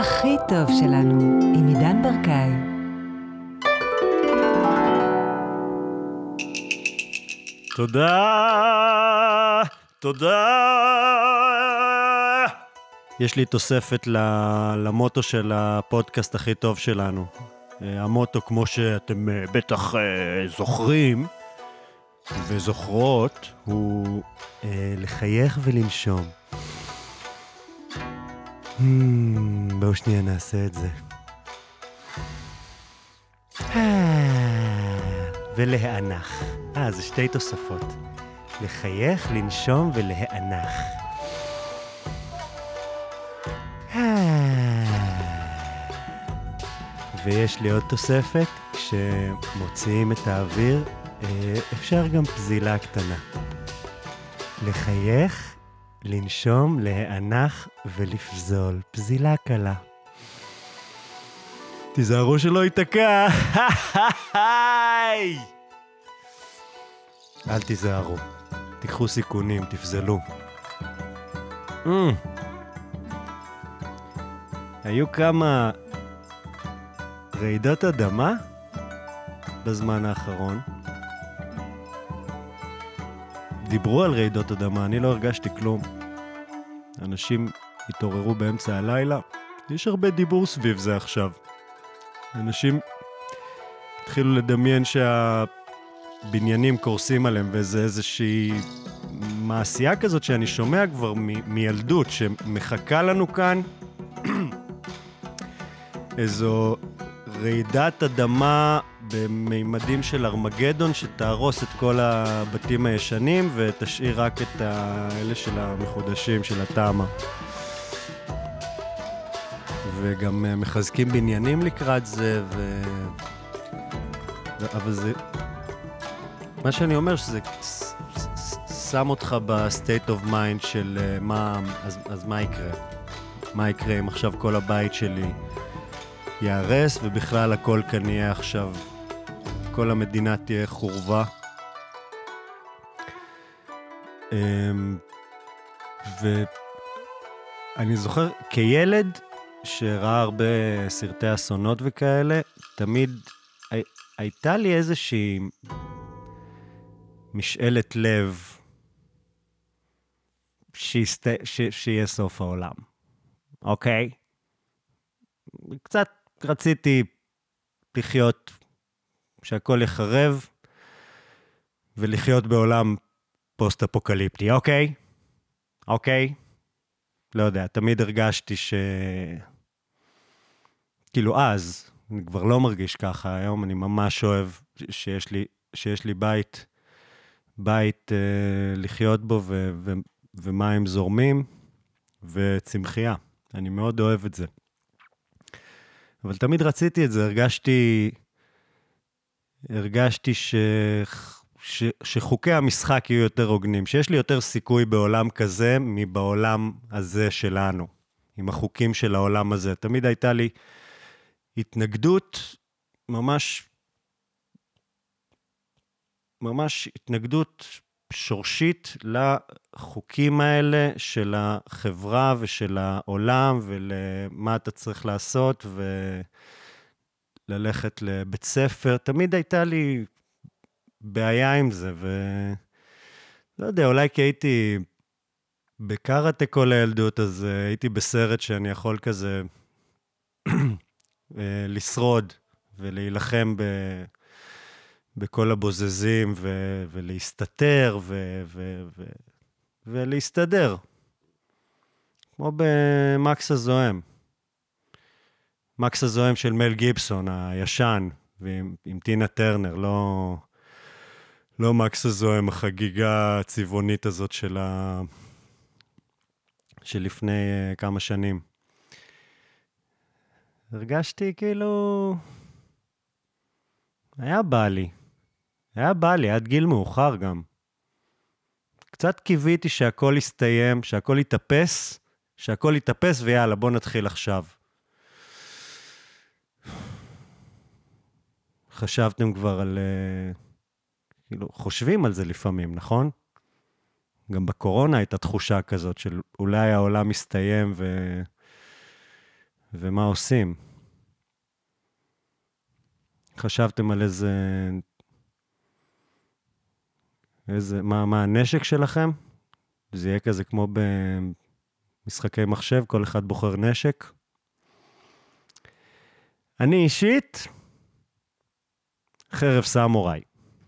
הכי טוב שלנו, עם עידן ברקאי. תודה. יש לי תוספת למוטו של הפודקאסט הכי טוב שלנו. המוטו, כמו שאתם בטח זוכרים וזוכרות, הוא לחייך ולנשום. בואו שנייה נעשה את זה. ולהענך. זה שתי תוספות. לחייך, לנשום ולהענך. ויש לי עוד תוספת, כשמוציאים את האוויר, אפשר גם פזילה קטנה. לחייך, לנשום, להענך ולפזול. פזילה קלה. תיזהרו שלא ייתקע. אל תיזהרו. תיקחו סיכונים, תפזלו. היו כמה רעידות אדמה בזמן האחרון. דיברו על רעידות אדמה, אני לא הרגשתי כלום. אנשים התעוררו באמצע הלילה. יש הרבה דיבור סביב זה עכשיו. אנשים התחילו לדמיין שהבניינים קורסים עליהם, וזה איזושהי מעשייה כזאת שאני שומע כבר מילדות, שמחכה לנו כאן איזו רעידת אדמה במימדים של ארמגדון, שתהרוס את כל הבתים הישנים ותשאיר רק את האלה של המחודשים, של התאמה. וגם מחזקים בניינים לקראת זה, אבל זה... מה שאני אומר שזה שם אותך בסטייט אוף מיינד של אז מה יקרה? מה יקרה אם עכשיו כל הבית שלי יערס, ובכלל הכל כאן יהיה עכשיו, כל המדינה תהיה חורבה. ואני זוכר, כילד שראה הרבה סרטי אסונות וכאלה, תמיד הייתה לי איזושהי משאלת לב שיהיה סוף העולם. אוקיי? קצת רציתי לחיות, שהכל יחרב, ולחיות בעולם פוסט-אפוקליפטי, אוקיי? אוקיי? לא יודע, תמיד הרגשתי כאילו אז, אני כבר לא מרגיש ככה, היום אני ממש אוהב שיש לי בית לחיות בו, ומים זורמים, וצמחייה. אני מאוד אוהב את זה. אבל תמיד רציתי את זה, הרגשתי שחוקי המשחק יהיו יותר הוגנים, שיש לי יותר סיכוי בעולם כזה מבעולם הזה שלנו, עם החוקים של העולם הזה. תמיד הייתה לי התנגדות, ממש התנגדות שורשית לחוקים האלה של החברה ושל העולם, ולמה אתה צריך לעשות, וללכת לבית ספר. תמיד הייתה לי בעיה עם זה, ולא יודע, אולי כי הייתי בקראטה כל הילדות, אז הייתי בסרט שאני יכול כזה לשרוד ולהילחם בכל הבוזזים, ולהסתתר, ולהסתדר. כמו במקס הזוהם. מקס הזוהם של מל גיבסון, הישן, ועם טינה טרנר, לא מקס הזוהם, החגיגה הצבעונית הזאת שלפני כמה שנים. הרגשתי כאילו... היה בא לי, עד גיל מאוחר גם. קצת קיוויתי שהכל יסתיים, שהכל יתאפס, ויאללה, בוא נתחיל עכשיו. חשבתם כבר על... כאילו, חושבים על זה לפעמים, נכון? גם בקורונה הייתה תחושה כזאת של אולי העולם מסתיים ומה עושים? חשבתם על מה הנשק שלכם? זה יהיה כזה כמו במשחקי מחשב, כל אחד בוחר נשק. אני אישית, חרב סמוראי.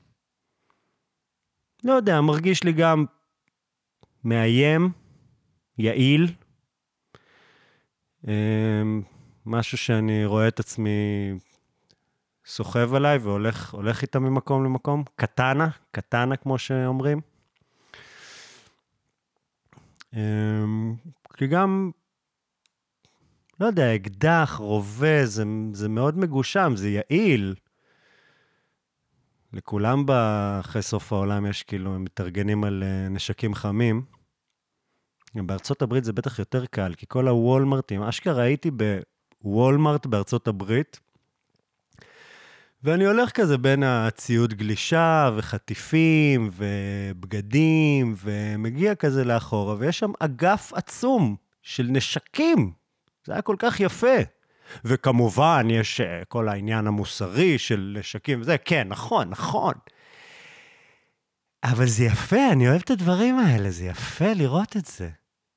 לא יודע, מרגיש לי גם מאיים, יעיל, משהו שאני רואה את עצמי סוחב עליי והולך איתה ממקום למקום. קטנה כמו שאומרים. כי גם, לא יודע, אקדח, רובה, זה מאוד מגושם, זה יעיל. לכולם אחרי סוף העולם יש כאילו, הם מתארגנים על נשקים חמים. בארצות הברית זה בטח יותר קל, כי כל הוולמרטים, אשכרה הייתי בוולמרט בארצות הברית, ואני הולך כזה בין הציוד גלישה וחטיפים ובגדים, ומגיע כזה לאחורה, ויש שם אגף עצום של נשקים. זה היה כל כך יפה. וכמובן יש כל העניין המוסרי של נשקים וזה, כן, נכון. אבל זה יפה, אני אוהב את הדברים האלה, זה יפה לראות את זה.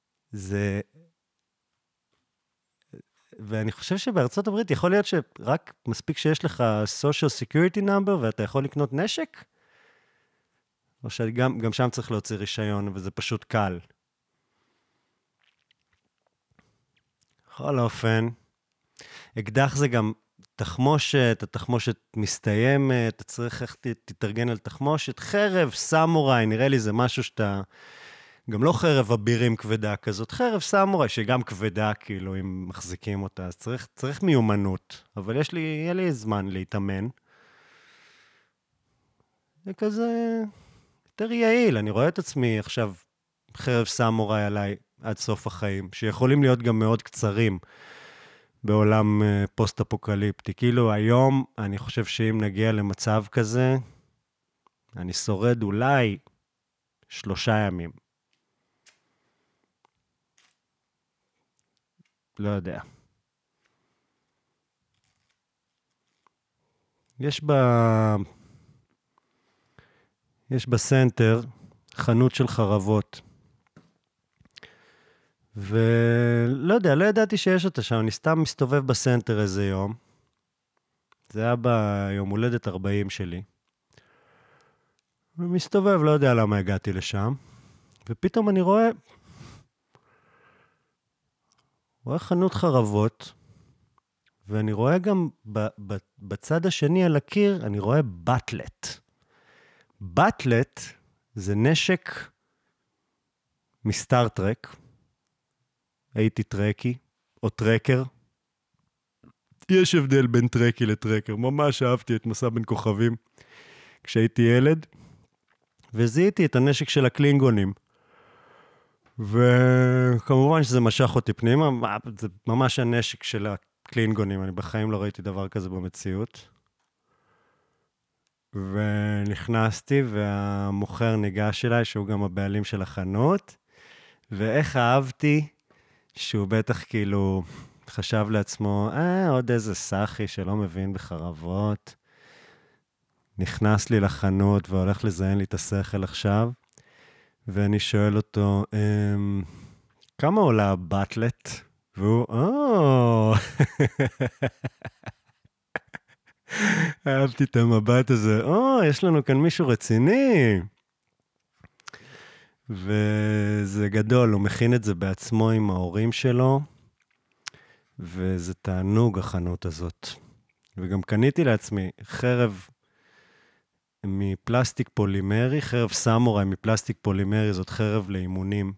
ואני חושב שבארצות הברית יכול להיות שרק מספיק שיש לך social security number ואתה יכול לקנות נשק, או שגם שם צריך להוציא רישיון וזה פשוט קל. בכל אופן, אקדח זה גם תחמושת, התחמושת מסתיימת, אתה צריך איך תתארגן על תחמושת, חרב סמוראי, נראה לי זה משהו שאתה, גם לא חרב אבירים כבדה כזאת, חרב סמוראי שגם כבדה כאילו אם מחזיקים אותה, אז צריך מיומנות, אבל יהיה לי זמן להתאמן. זה כזה יותר יעיל, אני רואה את עצמי עכשיו חרב סמוראי עליי עד סוף החיים, שיכולים להיות גם מאוד קצרים בעולם פוסט-אפוקליפטי. כאילו היום אני חושב שאם נגיע למצב כזה, אני שורד אולי 3 ימים. לא יודע. יש בסנטר חנות של חרבות. ולא יודע, לא ידעתי שיש אותה שם, אני סתם מסתובב בסנטר איזה יום. זה היה ביום הולדת 40 שלי. ומסתובב, לא יודע למה הגעתי לשם. ופתאום אני רואה חנות חרבות, ואני רואה גם בצד השני על הקיר, אני רואה בטלט. בטלט זה נשק מסטאר טרק, הייתי טרקי, או טרקר. יש הבדל בין טרקי לטרקר, ממש אהבתי את מסע בין כוכבים כשהייתי ילד, וזיהיתי את הנשק של הקלינגונים. וכמובן שזה משך אותי פנימה, זה ממש הנשק של הקלינגונים, אני בחיים לא ראיתי דבר כזה במציאות. ונכנסתי, והמוכר ניגש אליי, שהוא גם הבעלים של החנות, ואיך אהבתי שהוא בטח כאילו חשב לעצמו, עוד איזה סחי שלא מבין בחרבות, נכנס לי לחנות והולך לזיין לי את השכל עכשיו, ואני שואל אותו, כמה עולה הבטלט? והוא, אהבתי את המבט הזה, יש לנו כאן מישהו רציני. וזה גדול, הוא מכין את זה בעצמו עם ההורים שלו, וזה תענוג החנות הזאת. וגם קניתי לעצמי חרב מפלסטיק פולימרי, חרב סמוראי מפלסטיק פולימרי, זאת חרב לאימונים.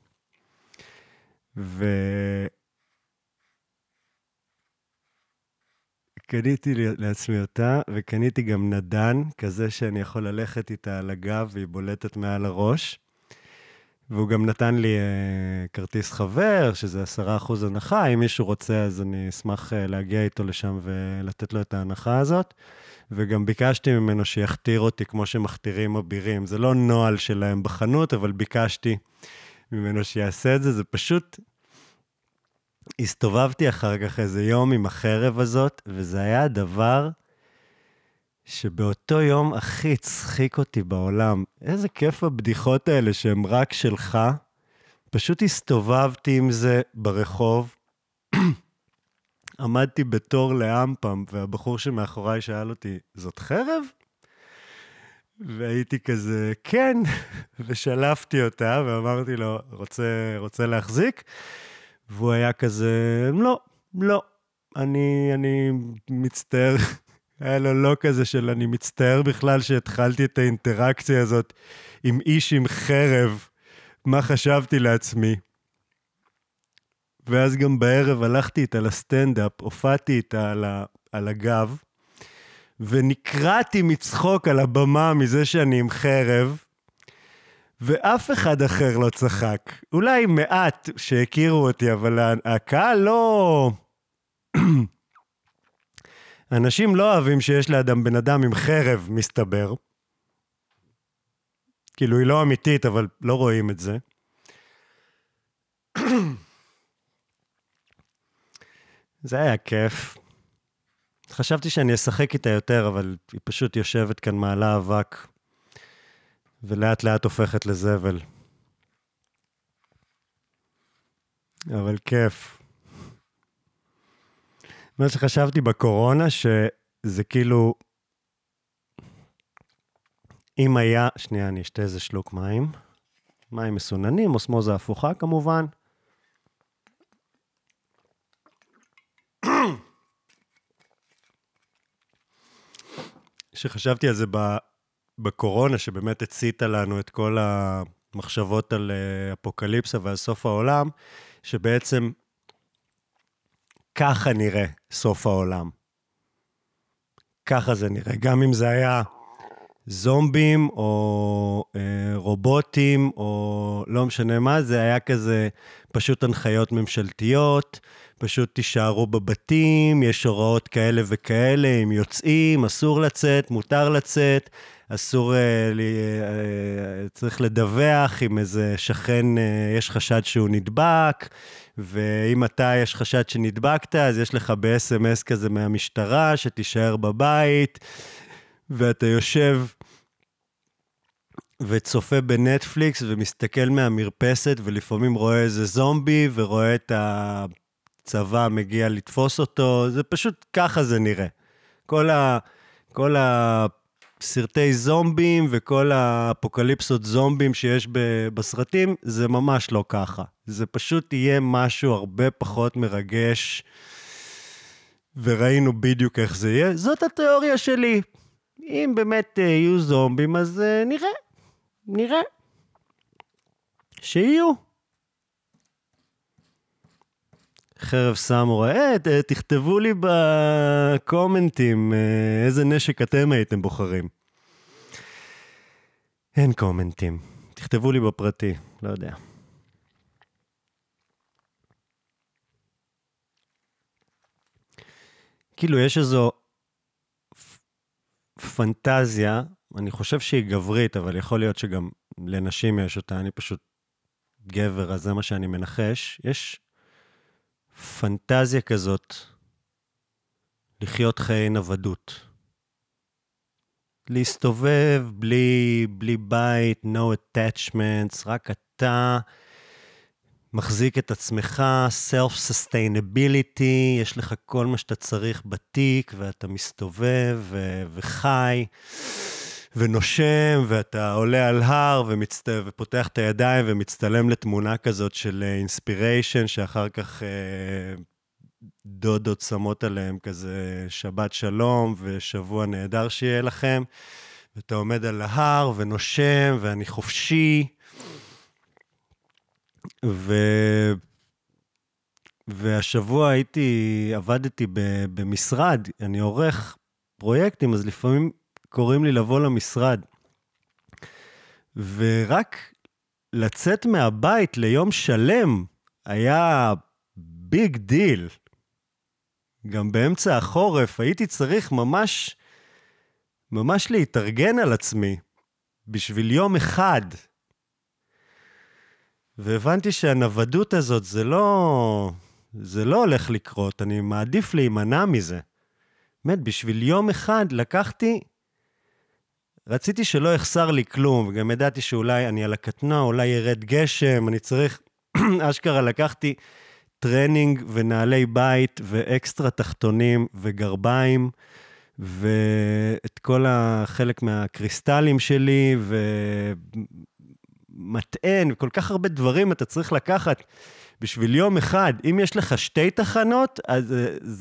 קניתי לעצמי אותה, וקניתי גם נדן, כזה שאני יכול ללכת איתה על הגב, והיא בולטת מעל הראש. והוא גם נתן לי כרטיס חבר, שזה 10% הנחה. אם מישהו רוצה, אז אני אשמח להגיע איתו לשם ולתת לו את ההנחה הזאת. וגם ביקשתי ממנו שיכתיר אותי כמו שמכתירים אבירים. זה לא נועל שלהם בחנות, אבל ביקשתי ממנו שיעשה את זה. זה פשוט הסתובבתי אחר כך איזה יום עם החרב הזאת, וזה היה הדבר שבאותו יום הכי הצחיק אותי בעולם. איזה כיף הבדיחות האלה שהן רק שלך. פשוט הסתובבתי עם זה ברחוב, עמדתי בתור לאמפם, והבחור שמאחוריי שאל אותי, זאת חרב? והייתי כזה, כן, ושלפתי אותה, ואמרתי לו, רוצה להחזיק? והוא היה כזה, לא, אני מצטער, היה לו לא כזה של אני מצטער בכלל שהתחלתי את האינטראקציה הזאת עם איש עם חרב, מה חשבתי לעצמי. ואז גם בערב הלכתי איתה לסטנדאפ, הופעתי איתה על הגב, ונקרעתי מצחוק על הבמה מזה שאני עם חרב, ואף אחד אחר לא צחק. אולי מעט שהכירו אותי, אבל הקהל לא... אנשים לא אוהבים שיש לאדם בן אדם עם חרב, מסתבר. כאילו היא לא אמיתית, אבל לא רואים את זה. זה היה כיף. חשבתי שאני אשחק איתה יותר, אבל היא פשוט יושבת כאן מעלה אבק, ולאט לאט הופכת לזבל. אבל כיף. מה שחשבתי בקורונה, שזה כאילו, אם היה, שנייה, אני אשתה איזה שלוק מים. מים מסוננים, אוסמוזה הפוכה כמובן. שחשבתי על זה בקורונה, שבאמת הציתה לנו את כל המחשבות על אפוקליפסה ועל סוף העולם, שבעצם ככה נראה סוף העולם. ככה זה נראה. גם אם זה היה זומבים או רובוטים או לא משנה מה, זה היה כזה פשוט הנחיות ממשלתיות, פשוט תישארו בבתים, יש הוראות כאלה וכאלה, אם יוצאים, אסור לצאת, מותר לצאת, אסור, צריך לדווח אם איזה שכן, יש חשד שהוא נדבק, ואם אתה יש חשד שנדבקת, אז יש לך ב-SMS כזה מהמשטרה, שתישאר בבית, ואתה יושב וצופה בנטפליקס, ומסתכל מהמרפסת, ולפעמים רואה איזה זומבי, ורואה את הצבא מגיע לתפוס אותו, זה פשוט ככה זה נראה. כל הסרטי זומבים, וכל האפוקליפסות זומבים שיש בסרטים, זה ממש לא ככה. זה פשוט יהיה משהו הרבה פחות מרגש, וראינו בדיוק איך זה יהיה. זאת התיאוריה שלי. אם באמת יהיו זומבים, אז נראה. שיהיו. חרב סמוראי, תכתבו לי בקומנטים איזה נשק אתם הייתם בוחרים. אין קומנטים. תכתבו לי בפרטי, לא יודע. כאילו יש איזו פנטזיה, אני חושב שהיא גברית, אבל יכול להיות שגם לנשים יש אותה, אני פשוט גבר, אז זה מה שאני מנחש. יש פנטזיה כזאת לחיות חיי נוודות. להסתובב בלי בית, no attachments, רק אתה מחזיק את עצמך, self-sustainability, יש לך כל מה שאתה צריך בתיק, ואתה מסתובב וחי, ונושם, ואתה עולה על הר, ופותח את הידיים, ומצטלם לתמונה כזאת של אינספיריישן, שאחר כך דודות שמות עליהם כזה שבת שלום, ושבוע נהדר שיהיה לכם, ואתה עומד על ההר, ונושם, ואני חופשי, והשבוע עבדתי במשרד, אני עורך פרויקטים, אז לפעמים קוראים לי לבוא למשרד. ורק לצאת מהבית ליום שלם היה ביג דיל. גם באמצע החורף הייתי צריך ממש להתארגן על עצמי בשביל יום אחד. והבנתי שהנוודות הזאת זה זה לא הולך לקרות, אני מעדיף להימנע מזה. באמת, בשביל יום אחד רציתי שלא יחסר לי כלום, וגם ידעתי שאולי אני על הקטנוע, אולי ירד גשם, אני צריך, אשכרה לקחתי טרנינג ונעלי בית, ואקסטרה תחתונים וגרביים, ואת כל החלק מהקריסטלים שלי, ומטען, וכל כך הרבה דברים אתה צריך לקחת בשביל יום אחד. אם יש לך 2 תחנות, אז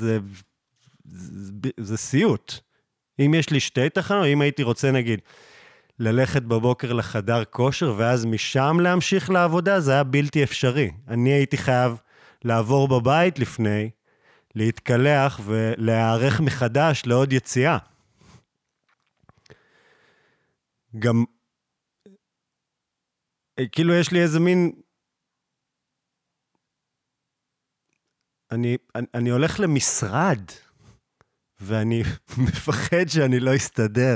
זה סיוט. אם יש לי 2 תחנות, אם הייתי רוצה, נגיד, ללכת בבוקר לחדר כושר, ואז משם להמשיך לעבודה, זה היה בלתי אפשרי. אני הייתי חייב לעבור בבית לפני, להתקלח ולהיערך מחדש לעוד יציאה. גם, כאילו יש לי איזה מין, אני הולך למשרד, ואני מפחד שאני לא אסתדר.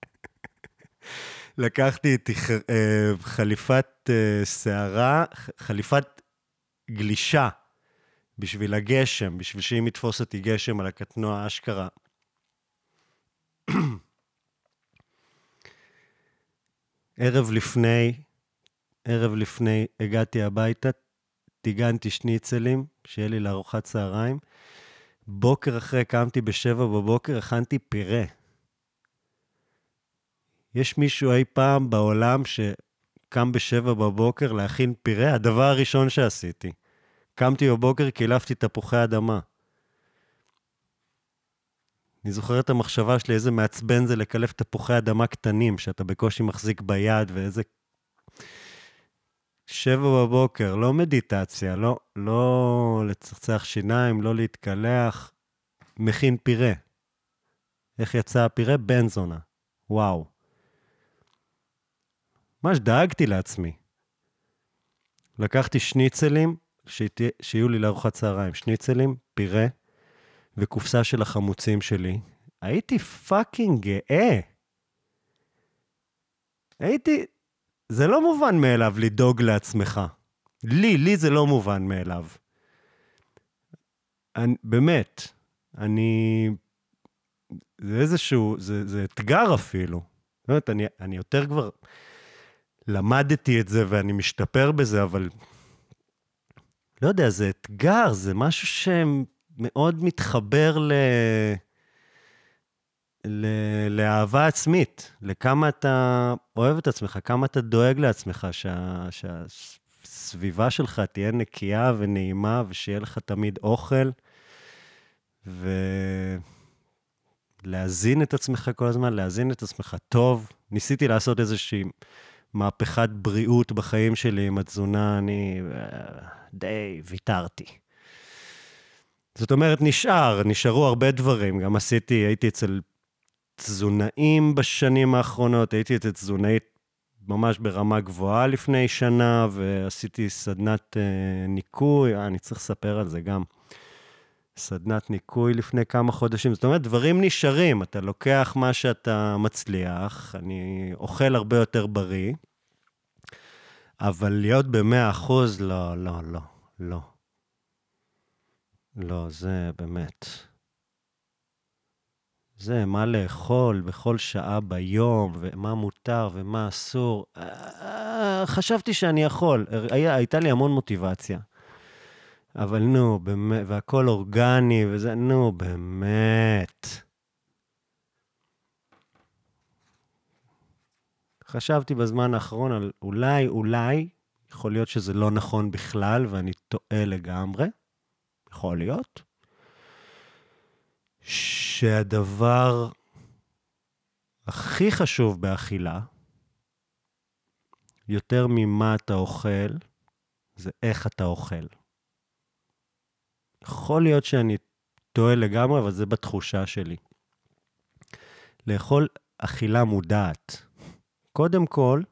לקחתי את חליפת שערה, חליפת גלישה, בשביל הגשם, בשביל שאם יתפוס אותי גשם על הקטנוע אשכרה. ערב לפני הגעתי הביתה, טיגנתי שניצלים, שיהיה לי לארוחת צהריים. בוקר אחרי קמתי ב7 בבוקר, הכנתי פירה. יש מישהו אי פעם בעולם שקם ב7 בבוקר להכין פירה? הדבר הראשון שעשיתי. קמתי בבוקר, קילפתי תפוחי אדמה. אני זוכר את המחשבה שלי, איזה מעצבן זה לקלף תפוחי אדמה קטנים, שאתה בקושי מחזיק ביד, ואיזה 7 בבוקר, לא מדיטציה, לא לצחצח שיניים, לא להתקלח, מכין פירה. איך יצא הפירה? בן זונה. וואו. ממש דאגתי לעצמי. לקחתי שניצלים, שיהיו לי לארוחת צהריים, שניצלים, פירה, וקופסה של החמוצים שלי. הייתי פאקינג גאה. זה לא מובן מאליו לדאוג לעצמך. לי זה לא מובן מאליו. באמת, זה איזשהו, זה אתגר אפילו. זאת אומרת, אני יותר כבר למדתי את זה ואני משתפר בזה, אבל לא יודע, זה אתגר, זה משהו שמאוד מתחבר לאהבה עצמית, לכמה אתה אוהב את עצמך, כמה אתה דואג לעצמך, שהסביבה שלך תהיה נקייה ונעימה, ושיהיה לך תמיד אוכל, ולהזין את עצמך כל הזמן, להזין את עצמך טוב. ניסיתי לעשות איזושהי מהפכת בריאות בחיים שלי עם התזונה, אני די ויתרתי. זאת אומרת, נשארו הרבה דברים, גם הייתי אצל תזונאים בשנים האחרונות, הייתי אצל תזונאית ממש ברמה גבוהה לפני שנה, ועשיתי סדנת ניקוי, אני צריך לספר על זה גם, סדנת ניקוי לפני כמה חודשים, זאת אומרת, דברים נשארים, אתה לוקח מה שאתה מצליח, אני אוכל הרבה יותר בריא, אבל להיות ב100%, לא, זה באמת. זה מה לאכול בכל שעה ביום, ומה מותר ומה אסור. חשבתי שאני יכול, הייתה לי המון מוטיבציה. אבל באמת, והכל אורגני, וזה, באמת. חשבתי בזמן האחרון על אולי, יכול להיות שזה לא נכון בכלל, ואני טועה לגמרי. יכול להיות. שהדבר הכי חשוב באכילה, יותר ממה אתה אוכל, זה איך אתה אוכל. יכול להיות שאני טועה לגמרי, אבל זה בתחושה שלי. לאכול אכילה מודעת. קודם כל,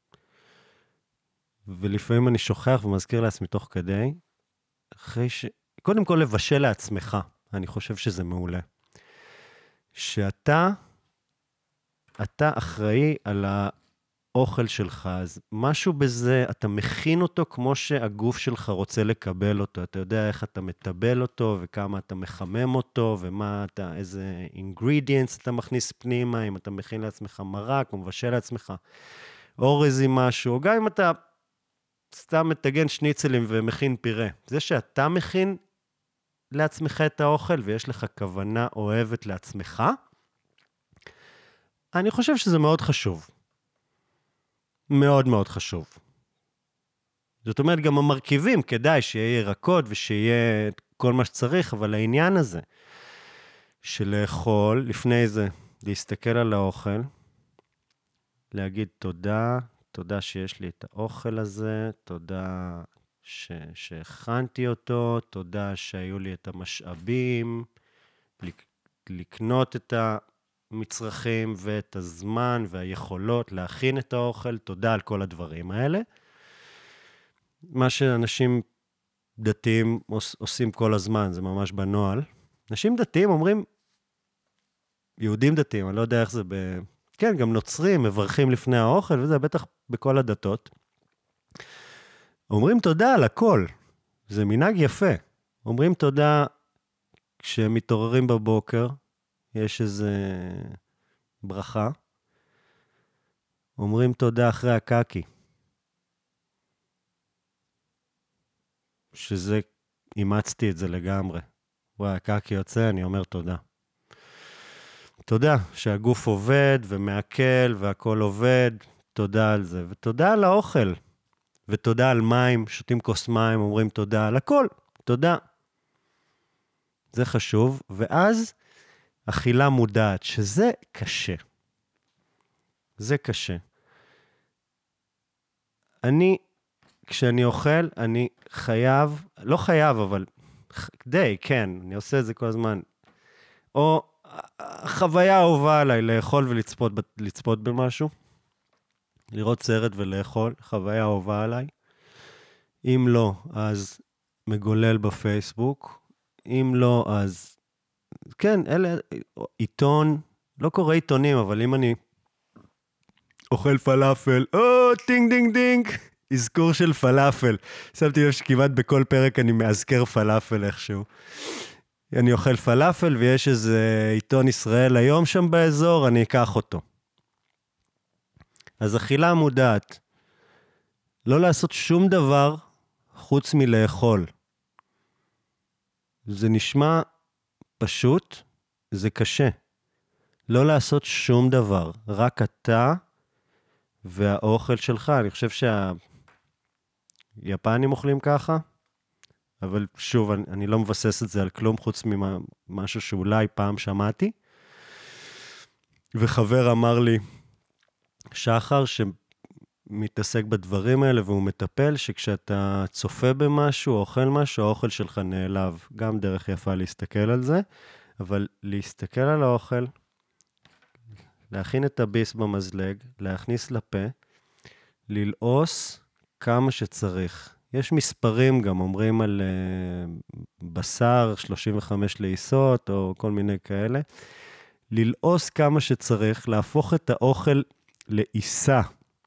ולפעמים אני שוכח ומזכיר לעצמי תוך כדי, קודם כל לבשל לעצמך. אני חושב שזה מעולה. שאתה אחראי על האוכל שלך, אז משהו בזה, אתה מכין אותו כמו שהגוף שלך רוצה לקבל אותו. אתה יודע איך אתה מטבל אותו, וכמה אתה מחמם אותו, איזה ingredients אתה מכניס פנימה, אם אתה מכין לעצמך מרק, או מבשל לעצמך אורז עם משהו, או גם אם אתה סתם מטגן שניצלים ומכין פירה. זה שאתה מכין לעצמך את האוכל, ויש לך כוונה אוהבת לעצמך, אני חושב שזה מאוד חשוב. מאוד מאוד חשוב. זאת אומרת, גם המרכיבים, כדאי שיהיה ירקות ושיהיה כל מה שצריך, אבל העניין הזה, של לאכול, לפני זה, להסתכל על האוכל, להגיד תודה, תודה שיש לי את האוכל הזה, תודה שהכנתי אותו, תודה שהיו לי את המשאבים, לקנות את המצרכים ואת הזמן והיכולות להכין את האוכל, תודה על כל הדברים האלה. מה שאנשים דתיים עושים כל הזמן, זה ממש בנועל. אנשים דתיים אומרים, יהודים דתיים, אני לא יודע איך זה כן, גם נוצרים, מברכים לפני האוכל, וזה בטח בכל הדתות. אומרים תודה על הכל, זה מנהג יפה. אומרים תודה כשהם מתעוררים בבוקר, יש איזה ברכה. אומרים תודה אחרי הקקי. שזה, אימצתי את זה לגמרי. וואי, הקקי יוצא, אני אומר תודה. תודה שהגוף עובד ומעכל והכל עובד, תודה על זה. ותודה על האוכל, ותודה על מים, שותים כוס מים, אומרים תודה על הכל, תודה. זה חשוב, ואז אכילה מודעת, שזה קשה. זה קשה. כשאני אוכל, אני חייב, לא חייב, אבל די, כן, אני עושה את זה כל הזמן. או חוויה אהובה עליי, לאכול ולצפות במשהו. לראות סרט ולאכול, חוויה אהובה עליי. אם לא, אז מגולל בפייסבוק. אם לא, אז כן, עיתון, לא קורא עיתונים, אבל אם אני אוכל פלאפל, טינג דינג דינג, אזכור של פלאפל. שמתי לב שכמעט בכל פרק אני מאזכר פלאפל איכשהו. אני אוכל פלאפל ויש איזה עיתון ישראל היום שם באזור, אני אקח אותו. אז אכילה מודעת. לא לעשות שום דבר חוץ מלאכול. זה נשמע פשוט, זה קשה. לא לעשות שום דבר, רק אתה והאוכל שלך. אני חושב שהיפנים אוכלים ככה, אבל שוב, אני לא מבסס את זה על כלום חוץ ממשהו שאולי פעם שמעתי. וחבר אמר לי, שחר, שמתעסק בדברים האלה והוא מטפל, שכשאתה צופה במשהו או אוכל משהו, האוכל שלך נעלב. גם דרך יפה להסתכל על זה, אבל להסתכל על האוכל, להכין את הביס במזלג, להכניס לפה, ללעוס כמה שצריך. יש מספרים גם, אומרים על בשר, 35 לעיסות, או כל מיני כאלה. ללעוס כמה שצריך, להפוך את האוכל לעיסה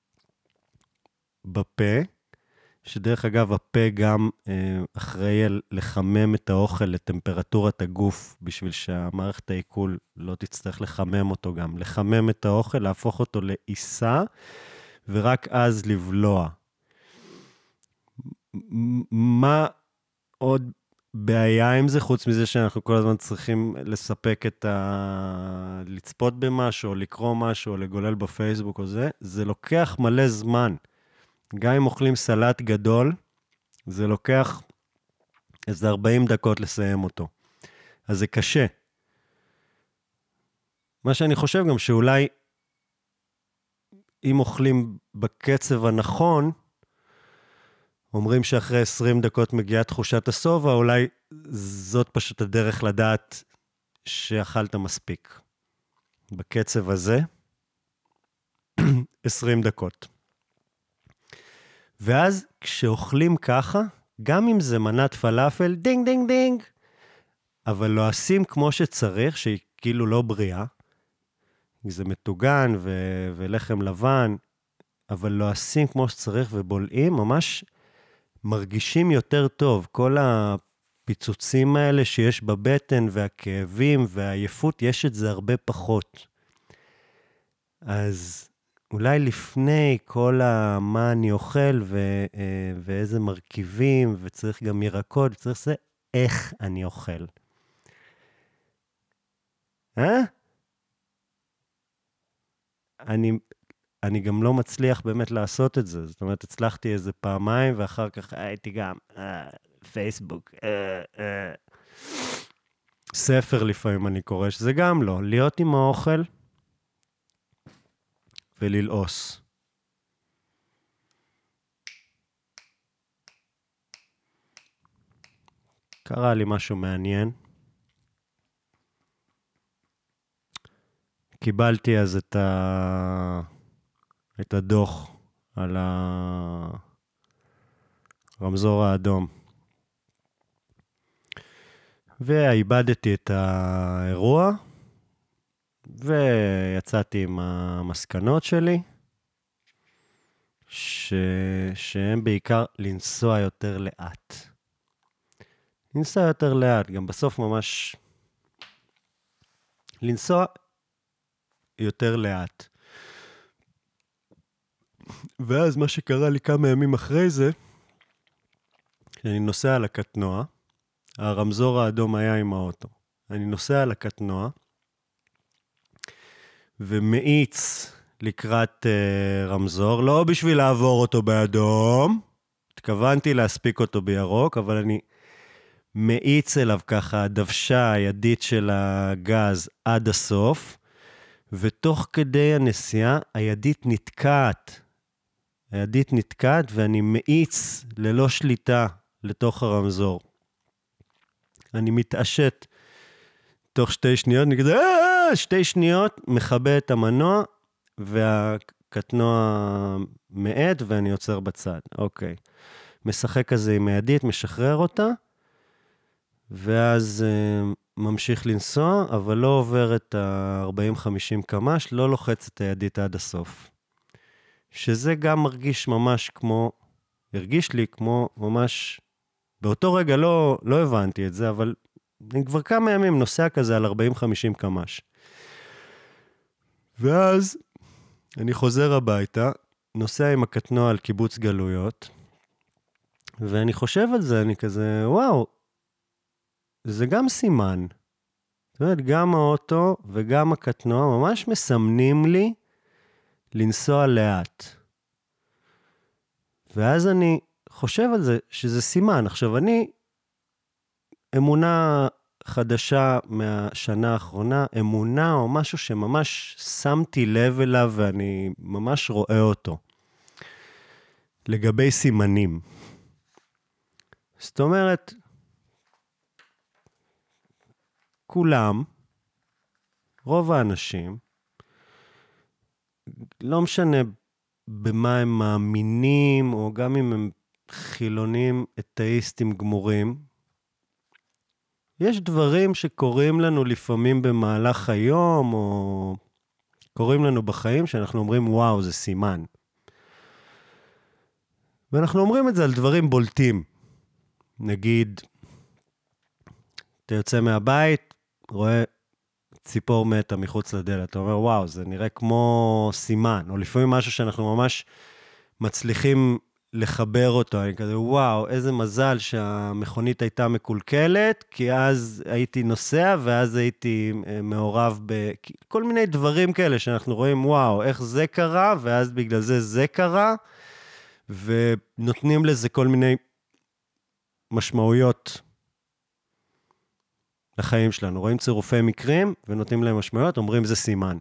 בפה, שדרך אגב, הפה גם אחראי לחמם את האוכל לטמפרטורת הגוף, בשביל שהמערכת העיכול לא תצטרך לחמם אותו גם. לחמם את האוכל, להפוך אותו לעיסה, ורק אז לבלוע. מה עוד בעיה עם זה, חוץ מזה שאנחנו כל הזמן צריכים לספק לצפות במשהו, או לקרוא משהו, או לגולל בפייסבוק או זה לוקח מלא זמן. גם אם אוכלים סלט גדול, זה לוקח איזה 40 דקות לסיים אותו. אז זה קשה. מה שאני חושב גם שאולי, אם אוכלים בקצב הנכון, אומרים שאחרי 20 דקות מגיעה תחושת הסובה, אולי זאת פשוט הדרך לדעת שאכלת מספיק. בקצב הזה, 20 דקות. ואז כשאוכלים ככה, גם אם זה מנת פלאפל, דינג דינג דינג, אבל לא עושים כמו שצריך, שהיא כאילו לא בריאה, זה מטוגן ולחם לבן, אבל לועסים כמו שצריך ובולעים, ממש מרגישים יותר טוב. כל הפיצוצים האלה שיש בבטן והכאבים והעייפות, יש את זה הרבה פחות. אז אולי לפני כל מה אני אוכל ואיזה מרכיבים, וצריך גם ירקות, וצריך זה, איך אני אוכל. אני גם לא מצליח באמת לעשות את זה. זאת אומרת, הצלחתי איזה פעמיים, ואחר כך הייתי גם פייסבוק. ספר לפעמים אני קורא, שזה גם לא. להיות עם האוכל וללעוס. קרה לי משהו מעניין. קיבלתי אז את הדוח על הרמזור האדום. והאיבדתי את האירוע, ויצאתי עם המסקנות שלי, שהם בעיקר לנסוע יותר לאט. לנסוע יותר לאט, גם בסוף ממש לנסוע יותר לאט. ואז מה שקרה לי כמה ימים אחרי זה, שאני נוסע על הקטנוע, הרמזור האדום היה עם האוטו. אני נוסע על הקטנוע, ומאיץ לקראת רמזור, לא בשביל לעבור אותו באדום, התכוונתי להספיק אותו בירוק, אבל אני מאיץ אליו ככה, דוושה הידית של הגז עד הסוף, ותוך כדי הנסיעה, הידית נתקעת, ואני מאיץ ללא שליטה לתוך הרמזור. אני מתעשת תוך 2 שניות, אני כזה, 2 שניות, מכבה את המנוע, והקטנוע מעט, ואני יוצר בצד. אוקיי. משחק כזה עם הידית, משחרר אותה, ואז ממשיך לנסוע, אבל לא עובר את ה-40-50 קמ"ש, לא לוחץ את הידית עד הסוף. שזה גם הרגיש לי כמו ממש, באותו רגע לא הבנתי את זה, אבל אני כבר כמה ימים נוסע כזה על 40-50 קמ"ש. ואז אני חוזר הביתה, נוסע עם הקטנוע על קיבוץ גלויות, ואני חושב על זה, אני כזה, וואו, זה גם סימן. זאת אומרת, גם האוטו וגם הקטנוע ממש מסמנים לי לנסוע לאט. ואז אני חושב על זה שזה סימן. עכשיו, אני אמונה חדשה מהשנה האחרונה, אמונה או משהו שממש שמתי לב אליו ואני ממש רואה אותו. לגבי סימנים. זאת אומרת, כולם, רוב האנשים, לא משנה במה הם מאמינים, או גם אם הם חילונים, אתאיסטים גמורים, יש דברים שקורים לנו לפעמים במהלך היום, או קורים לנו בחיים, שאנחנו אומרים, וואו, זה סימן. ואנחנו אומרים את זה על דברים בולטים. נגיד, אתה יוצא מהבית, רואה ציפור מתה מחוץ לדלת, אתה אומר, וואו, זה נראה כמו סימן, או לפעמים משהו שאנחנו ממש מצליחים לחבר אותו, אני כזה, וואו, איזה מזל שהמכונית הייתה מקולקלת, כי אז הייתי נוסע, ואז הייתי מעורב בכל מיני דברים כאלה, שאנחנו רואים, וואו, איך זה קרה, ואז בגלל זה קרה, ונותנים לזה כל מיני משמעויות לחיים שלנו. רואים צירופי מקרים, ונותנים להם משמעויות, אומרים זה סימן.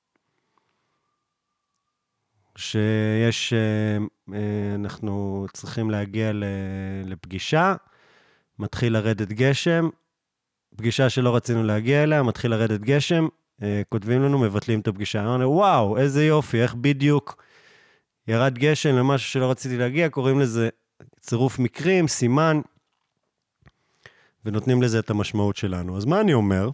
שיש, אנחנו צריכים להגיע לפגישה, מתחיל לרדת גשם, פגישה שלא רצינו להגיע אליה, מתחיל לרדת גשם, כותבים לנו, מבטלים את הפגישה. אמרנו, וואו, איזה יופי, איך בדיוק ירד גשם למשהו שלא רציתי להגיע, קוראים לזה צירוף מקרים, סימן, ונותנים לזה את המשמעות שלנו. אז מה אני אומר?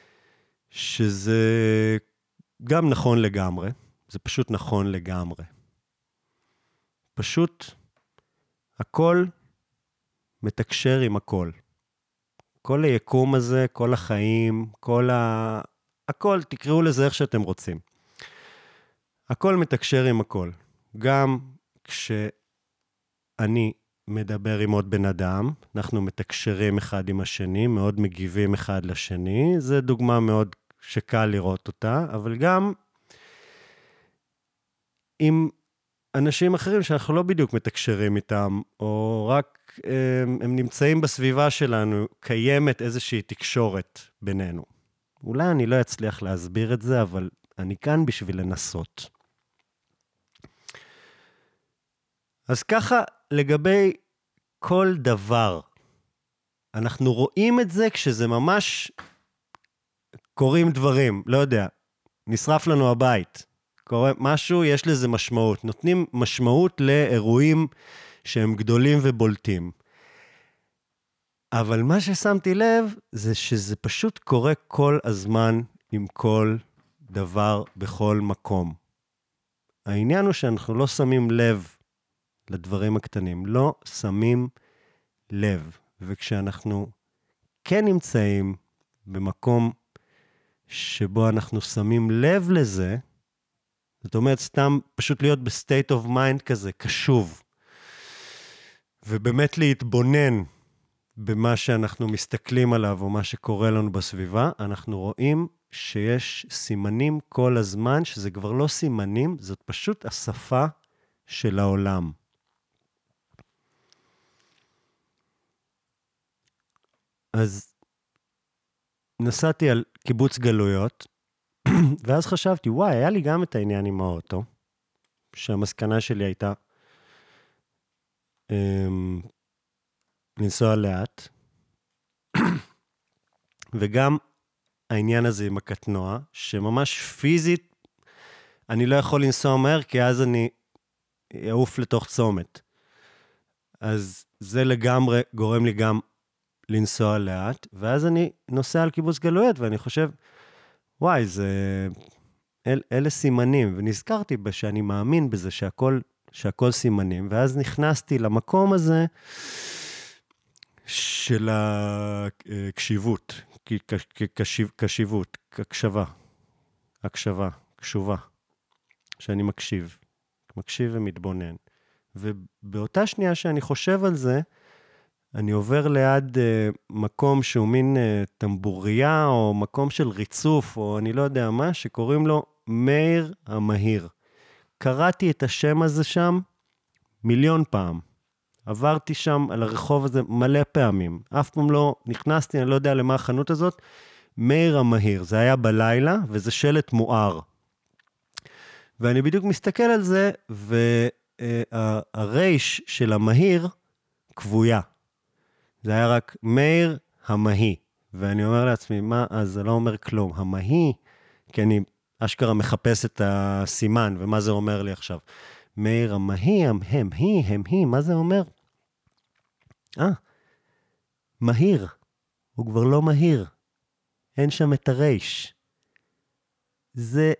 שזה גם נכון לגמרי, זה פשוט נכון לגמרי. פשוט הכל מתקשר עם הכל. כל היקום הזה, כל החיים, הכל, תקראו לזה איך שאתם רוצים. הכל מתקשר עם הכל. גם כשאני מדבר עם עוד בן אדם, אנחנו מתקשרים אחד עם השני, מאוד מגיבים אחד לשני, זו דוגמה מאוד שקל לראות אותה, אבל גם עם אנשים אחרים שאנחנו לא בדיוק מתקשרים איתם, או רק הם נמצאים בסביבה שלנו, קיימת איזושהי תקשורת בינינו. אולי אני לא אצליח להסביר את זה, אבל אני כאן בשביל לנסות. אז ככה, לגבי כל דבר, אנחנו רואים את זה כשזה ממש קורים דברים, לא יודע, נשרף לנו הבית, קורה משהו, יש לזה משמעות, נותנים משמעות לאירועים שהם גדולים ובולטים. אבל מה ששמתי לב, זה שזה פשוט קורה כל הזמן עם כל דבר בכל מקום. העניין הוא שאנחנו לא שמים לב לדברים הקטנים, לא שמים לב. וכשאנחנו כן נמצאים במקום שבו אנחנו שמים לב לזה, זאת אומרת, סתם פשוט להיות בסטייט אוף מיינד כזה, קשוב, ובאמת להתבונן במה שאנחנו מסתכלים עליו, או מה שקורה לנו בסביבה, אנחנו רואים שיש סימנים כל הזמן, שזה כבר לא סימנים, זאת פשוט השפה של העולם. אז נסעתי על קיבוץ גלויות, ואז חשבתי, וואי, היה לי גם את העניין עם האוטו, שהמסקנה שלי הייתה לנסוע לאט, וגם העניין הזה עם הקטנוע, שממש פיזית, אני לא יכול לנסוע מהר, כי אז אני אעוף לתוך צומת. אז זה לגמרי גורם לי גם לנסוע לאט, ואז אני נוסע על קיבוץ גלויות, ואני חושב, וואי, אלה סימנים, ונזכרתי שאני מאמין בזה שהכל סימנים, ואז נכנסתי למקום הזה של הקשיבות, קשיבות, הקשבה, קשובה, שאני מקשיב ומתבונן. ובאותה שנייה שאני חושב על זה, אני עובר ליד מקום שהוא מין טמבוריה, או מקום של ריצוף, או אני לא יודע מה, שקוראים לו מאיר המהיר. קראתי את השם הזה שם 1,000,000 פעם. עברתי שם על הרחוב הזה מלא פעמים. אף פעם לא נכנסתי, אני לא יודע למה החנות הזאת. מאיר המהיר. זה היה בלילה, וזה שלט מואר. ואני בדיוק מסתכל על זה, והרייש של המהיר קבויה. זה היה רק מאיר המהי. ואני אומר לעצמי, מה? אז זה לא אומר כלום. המהי, כי אני אשכרה מחפש את הסימן, ומה זה אומר לי עכשיו? מאיר המהי, הם היא, מה זה אומר? מהיר. הוא כבר לא מהיר. אין שם את הרייש. זה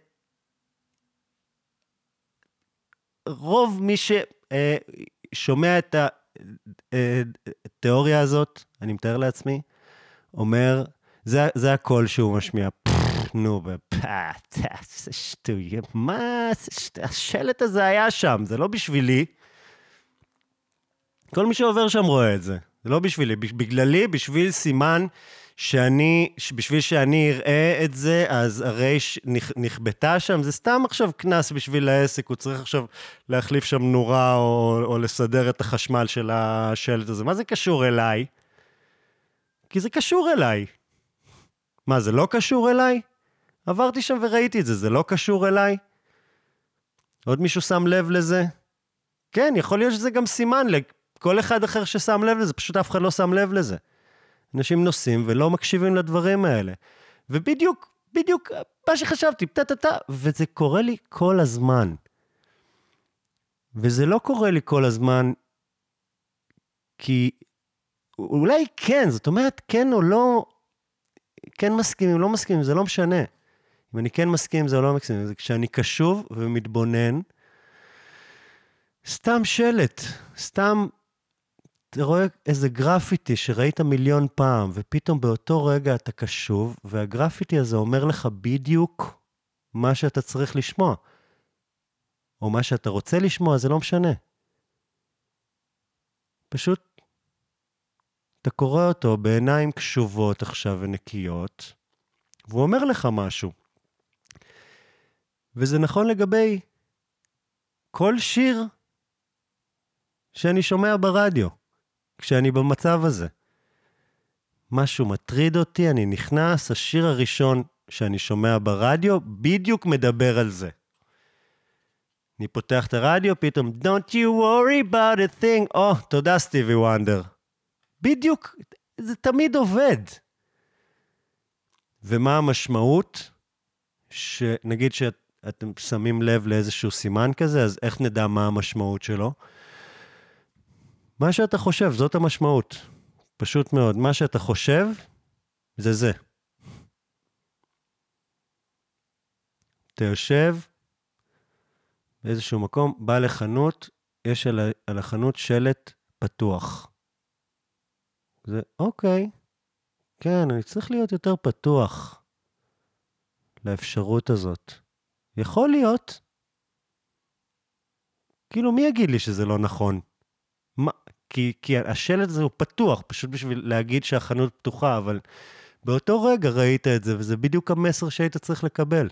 רוב מי ששומע את התיאוריה הזאת, אני מתאר לעצמי, אומר, זה הקול שהוא משמיע. נו, זה שטויה, מה? השלט הזה היה שם, זה לא בשבילי. כל מי שעובר שם רואה את זה. זה לא בשבילי, בגללי, בשביל סימן בשביל שאני אראה את זה, אז הרייש נכבטה שם, זה סתם עכשיו כנס בשביל העסק, הוא צריך עכשיו להחליף שם נורה, או לסדר את החשמל של השלט הזה. מה זה קשור אליי? כי זה קשור אליי. מה, זה לא קשור אליי? עברתי שם וראיתי את זה, זה לא קשור אליי? עוד מישהו שם לב לזה? כן, יכול להיות שזה גם סימן לכל אחד אחר ששם לב לזה, פשוט אף אחד לא שם לב לזה. אנשים נוסעים ולא מקשיבים לדברים האלה. ובדיוק מה שחשבתי, וזה קורה לי כל הזמן. וזה לא קורה לי כל הזמן, כי אולי כן, זאת אומרת, כן או לא, כן מסכימים, לא מסכימים, זה לא משנה. אם אני כן מסכים, זה לא מסכים. זה כשאני קשוב ומתבונן, סתם שלט, סתם, אתה רואה איזה גרפיטי שראית מיליון פעם, ופתאום באותו רגע אתה קשוב, והגרפיטי הזה אומר לך בדיוק מה שאתה צריך לשמוע. או מה שאתה רוצה לשמוע, זה לא משנה. פשוט, אתה קורא אותו בעיניים קשובות עכשיו ונקיות, והוא אומר לך משהו. וזה נכון לגבי כל שיר שאני שומע ברדיו, כשאני במצב הזה. משהו מטריד אותי, אני נכנס, השיר הראשון שאני שומע ברדיו, בדיוק מדבר על זה. אני פותח את הרדיו, פתאום, Don't you worry about a thing. תודה סטיבי וונדר. בדיוק, זה תמיד עובד. ומה המשמעות? שנגיד שאתם שמים לב לאיזשהו סימן כזה, אז איך נדע מה המשמעות שלו? מה שאתה חושב, זאת המשמעות. פשוט מאוד. מה שאתה חושב, זה זה. אתה יושב באיזשהו מקום, בא לחנות, יש על החנות שלט פתוח. זה, אוקיי, כן, אני צריך להיות יותר פתוח לאפשרות הזאת. יכול להיות. כאילו, מי יגיד לי שזה לא נכון? כי השלט הזה הוא פתוח, פשוט בשביל להגיד שהחנות פתוחה, אבל באותו רגע ראית את זה, וזה בדיוק המסר שהיית צריך לקבל.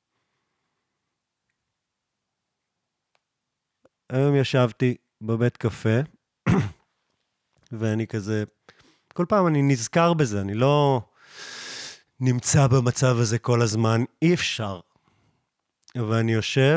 היום ישבתי בבית קפה, ואני כזה, כל פעם אני נזכר בזה, אני לא נמצא במצב הזה כל הזמן, אי אפשר. ואני יושב,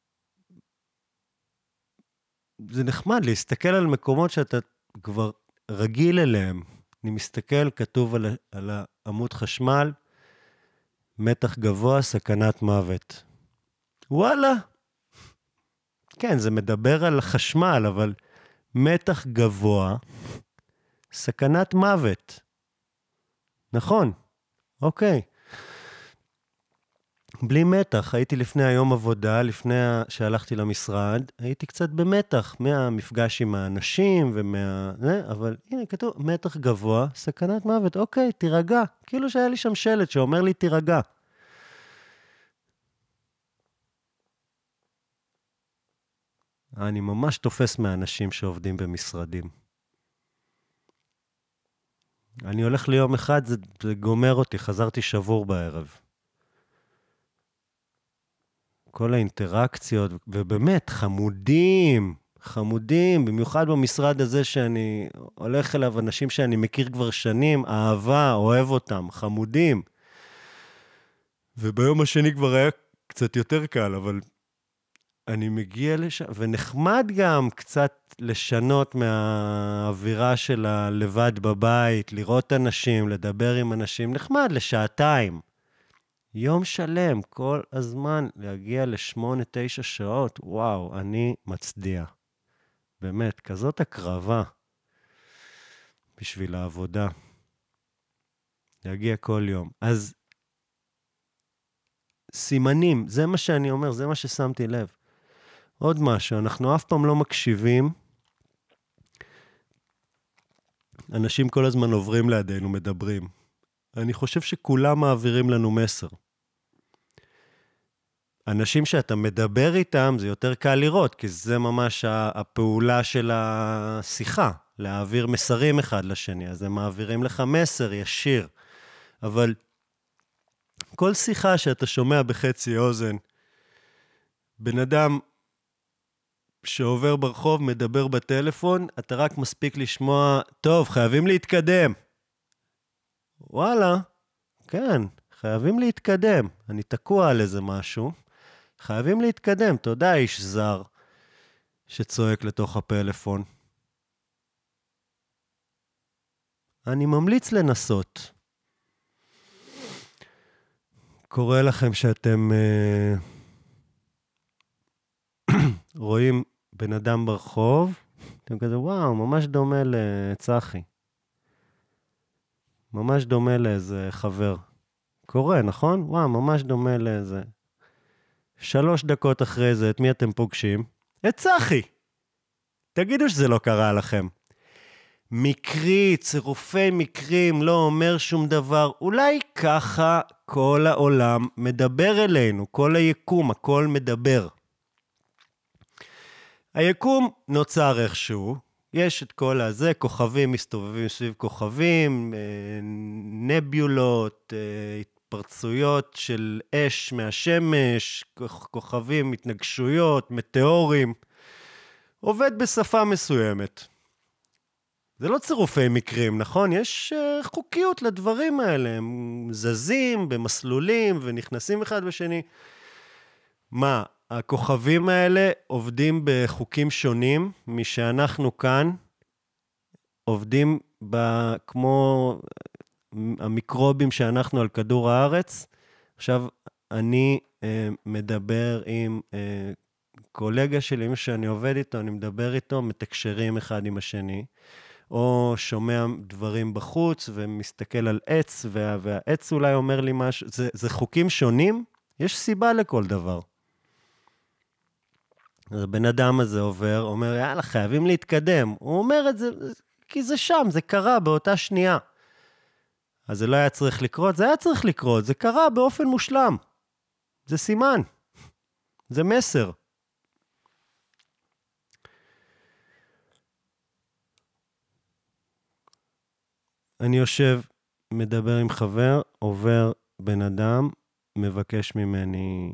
זה נחמד להסתכל על מקומות שאתה כבר רגיל אליהם. אני מסתכל, כתוב על עמוד חשמל, מתח גבוה, סכנת מוות. וואלה. כן, זה מדבר על חשמל, אבל מתח גבוה, סכנת מוות. נכון, אוקיי. בלי מתח, הייתי לפני היום עבודה, לפני שהלכתי למשרד, הייתי קצת במתח, מהמפגש עם האנשים אבל הנה כתוב, מתח גבוה, סכנת מוות, אוקיי, תירגע. כאילו שהיה לי שם שלט שאומר לי תירגע. אני ממש תופס מהאנשים שעובדים במשרדים. אני הולך ליום אחד, זה גומר אותי, חזרתי שבור בערב. כל האינטראקציות, ובאמת, חמודים, במיוחד במשרד הזה שאני הולך אליו, אנשים שאני מכיר כבר שנים, אהבה, אוהב אותם, חמודים. וביום השני כבר היה קצת יותר קל, אבל אני מגיע לשם, ונחמד גם קצת לשנות מהאווירה של הלבד בבית, לראות אנשים, לדבר עם אנשים, נחמד לשעתיים. יום שלם, כל הזמן, להגיע ל8-9 שעות, וואו, אני מצדיע. באמת, כזאת הקרבה בשביל העבודה. להגיע כל יום. אז סימנים, זה מה שאני אומר, זה מה ששמתי לב. עוד משהו, אנחנו אף פעם לא מקשיבים. אנשים כל הזמן עוברים לידינו, מדברים. אני חושב שכולם מעבירים לנו מסר. אנשים שאתה מדבר איתם, זה יותר קל לראות, כי זה ממש הפעולה של השיחה, להעביר מסרים אחד לשני, אז הם מעבירים לך מסר ישיר. אבל כל שיחה שאתה שומע בחצי אוזן, בן אדם שעובר ברחוב, מדבר בטלפון, אתה רק מספיק לשמוע, טוב, חייבים להתקדם. וואלה, כן, חייבים להתקדם. אני תקוע על איזה משהו. חייבים להתקדם. תודה, איש זר שצועק לתוך הפלאפון. אני ממליץ לנסות. קורא לכם שאתם רואים בן אדם ברחוב, אתם כזה, וואו, ממש דומה לצחי. ממש דומה לאיזה חבר. קורא, נכון? וואו, ממש דומה לאיזה. 3 דקות אחרי זה, את מי אתם פוגשים? את צחי. תגידו שזה לא קרה לכם. מקרי, צירופי מקרים, לא אומר שום דבר. אולי ככה כל העולם מדבר אלינו, כל היקום, הכל מדבר. היקום נוצר איכשהו, יש את כל הזה, כוכבים מסתובבים סביב כוכבים, נביולות, התפרצויות של אש מהשמש, כוכבים, התנגשויות, מטאורים. עובד בשפה מסוימת. זה לא צירופי מקרים, נכון? יש חוקיות לדברים האלה, הם זזים במסלולים ונכנסים אחד בשני. מה, הכוכבים האלה עובדים בחוקים שונים משאנחנו כאן, עובדים כמו המיקרובים שאנחנו על כדור הארץ. עכשיו, אני מדבר עם קולגה שלי, מי שאני עובד איתו, אני מדבר איתו, מתקשרים אחד עם השני, או שומע דברים בחוץ ומסתכל על עץ, והעץ אולי אומר לי משהו. זה חוקים שונים? יש סיבה לכל דבר. אז הבן אדם הזה עובר, אומר, יאללה, חייבים להתקדם. הוא אומר את זה, כי זה שם, זה קרה באותה שנייה. אז זה לא היה צריך לקרות, זה היה צריך לקרות, זה קרה באופן מושלם. זה סימן, זה מסר. אני יושב, מדבר עם חבר, עובר בן אדם, מבקש ממני,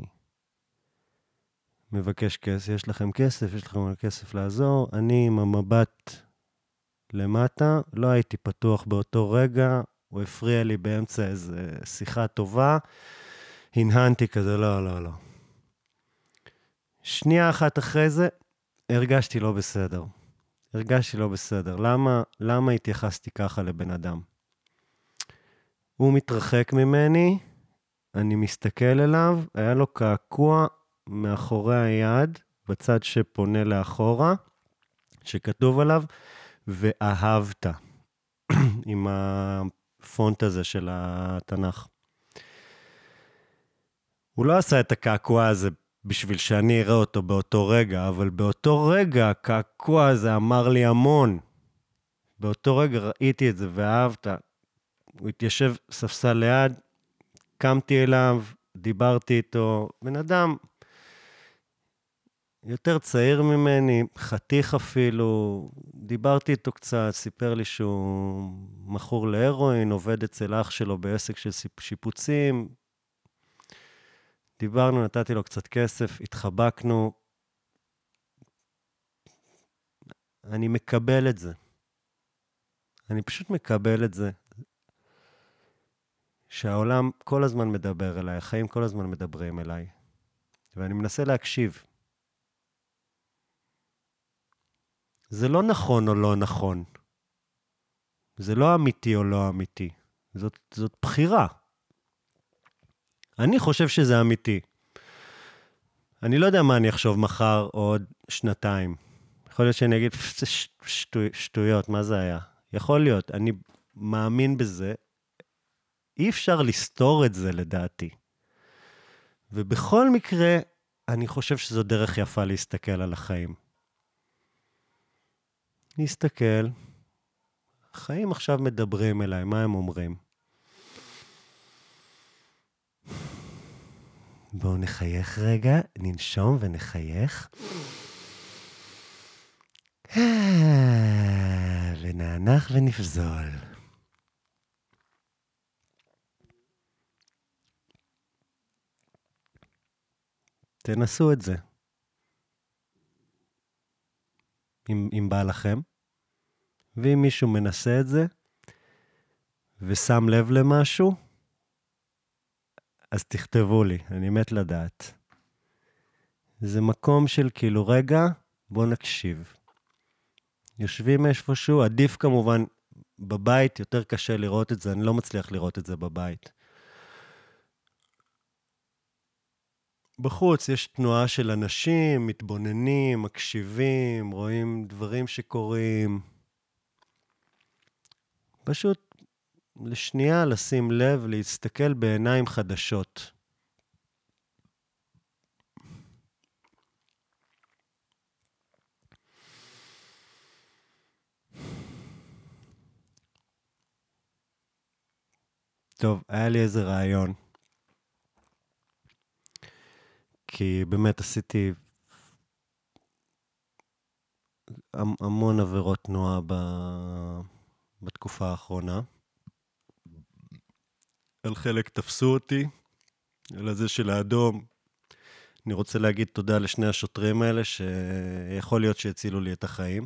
מבקש כסף, יש לכם כסף, יש לכם כסף לעזור, אני עם המבט למטה, לא הייתי פתוח באותו רגע, הוא הפריע לי באמצע איזו שיחה טובה, הנהנתי כזה, לא. שנייה אחת אחרי זה, הרגשתי לא בסדר. למה התייחסתי ככה לבן אדם? הוא מתרחק ממני, אני מסתכל אליו, היה לו קעקוע מאחורי היד, בצד שפונה לאחורה, שכתוב עליו, ואהבת, עם הפונט הזה של התנ"ך. הוא לא עשה את הקעקוע הזה בשביל שאני אראה אותו באותו רגע, אבל באותו רגע הקעקוע הזה אמר לי המון. באותו רגע ראיתי את זה ואהבת. הוא התיישב ספסל ליד, קמתי אליו, דיברתי איתו, בן אדם יותר צעיר ממני, חתיך אפילו, דיברתי איתו קצת, סיפר לי שהוא מכור להרואין, עובד אצל אח שלו בעסק של שיפוצים, דיברנו, נתתי לו קצת כסף, התחבקנו, אני מקבל את זה. אני פשוט מקבל את זה. שהעולם כל הזמן מדבר אליי, החיים כל הזמן מדברים אליי. ואני מנסה להקשיב. זה לא נכון או לא נכון. זה לא אמיתי או לא אמיתי. זאת בחירה. אני חושב שזה אמיתי. אני לא יודע מה אני אחשוב מחר או עוד שנתיים. יכול להיות שאני אגיד, שטויות, מה זה היה? יכול להיות, אני מאמין בזה. אי אפשר לסתור את זה לדעתי. ובכל מקרה, אני חושב שזו דרך יפה להסתכל על החיים. להסתכל, החיים עכשיו מדברים אליי, מה הם אומרים? בואו נחייך רגע, ננשום ונחייך. ונענך ונפזול. תנסו את זה. אם בא לכם, ואם מישהו מנסה את זה, ושם לב למשהו, אז תכתבו לי, אני מת לדעת. זה מקום של כאילו, רגע, בוא נקשיב. יושבים איפשהו, עדיף כמובן בבית, יותר קשה לראות את זה, אני לא מצליח לראות את זה בבית. בחוץ יש תנועה של אנשים, מתבוננים, מקשיבים, רואים דברים שקורים. פשוט לשנייה לשים לב, להסתכל בעיניים חדשות. טוב, היה לי איזה רעיון. כי באמת עשיתי המון עבירות תנועה בתקופה האחרונה. על חלק תפסו אותי, על הזה של האדום. אני רוצה להגיד תודה לשני השוטרים האלה, שיכול להיות שהצילו לי את החיים.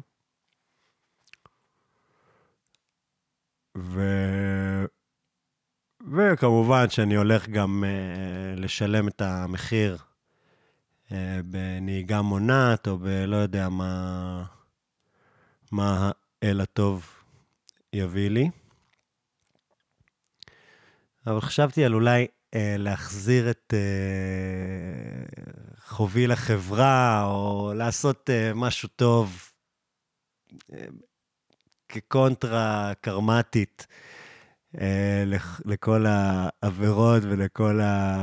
וכמובן שאני הולך גם לשלם את המחיר בנהיגה מונעת, או בלא יודע מה האל הטוב יביא לי. אבל חשבתי על אולי להחזיר את חובי לחברה, או לעשות משהו טוב כקונטרה קרמטית לכל העבירות ולכל